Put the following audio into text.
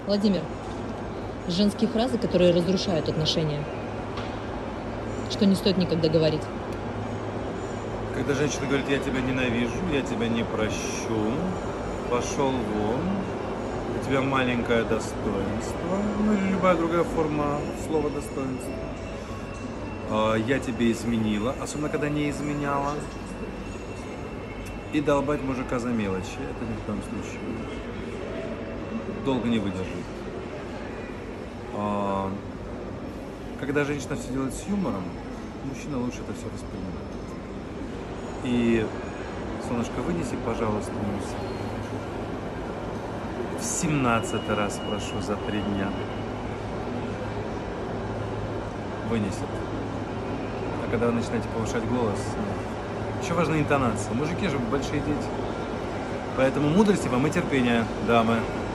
Владимир, женские фразы, которые разрушают отношения, что не стоит никогда говорить. Когда женщина говорит, я тебя ненавижу, я тебя не прощу, пошел вон, у тебя маленькое достоинство, ну или любая другая форма слова достоинства. Я тебе изменила, особенно когда не изменяла. И долбать мужика за мелочи, это ни в коем случае долго не выдержит. Когда женщина все делает с юмором, мужчина лучше это все воспринимает. И, солнышко, вынеси, пожалуйста, мусор. В 17-й раз прошу за 3 дня. Вынесет. А когда вы начинаете повышать голос, еще важна интонация. Мужики же большие дети. Поэтому мудрости вам и терпения, дамы.